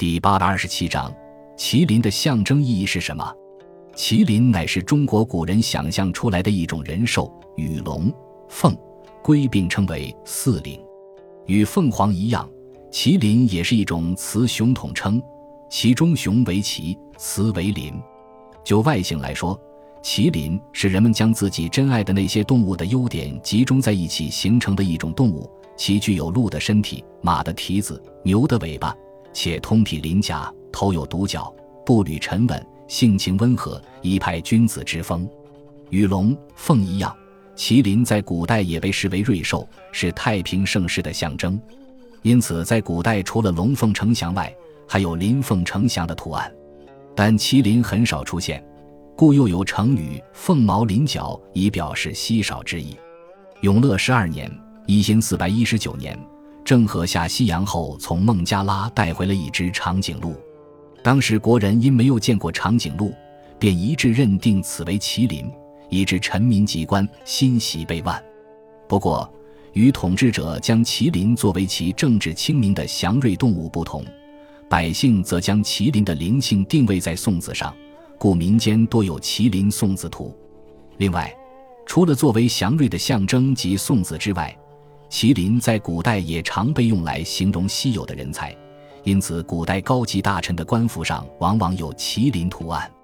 第827章，麒麟的象征意义是什么？麒麟乃是中国古人想象出来的一种人兽，与龙、凤、龟并称为四灵。与凤凰一样，麒麟也是一种雌雄统称，其中雄为麒，雌为麟。就外形来说，麒麟是人们将自己珍爱的那些动物的优点集中在一起形成的一种动物，其具有鹿的身体、马的蹄子、牛的尾巴，且通体鳞甲，头有独角，步履沉稳，性情温和，一派君子之风。与龙、凤一样，麒麟在古代也被视为瑞兽，是太平盛世的象征。因此在古代除了龙凤呈祥外，还有麟凤呈祥的图案，但麒麟很少出现，故又有成语凤毛麟角以表示稀少之意。永乐12年1419年，郑和下西洋后从孟加拉带回了一只长颈鹿，当时国人因没有见过长颈鹿，便一致认定此为麒麟，以致臣民及官欣喜备万。不过与统治者将麒麟作为其政治清明的祥瑞动物不同，百姓则将麒麟的灵性定位在送子上，故民间多有麒麟送子图。另外，除了作为祥瑞的象征及送子之外，麒麟在古代也常被用来形容稀有的人才，因此古代高级大臣的官服上往往有麒麟图案。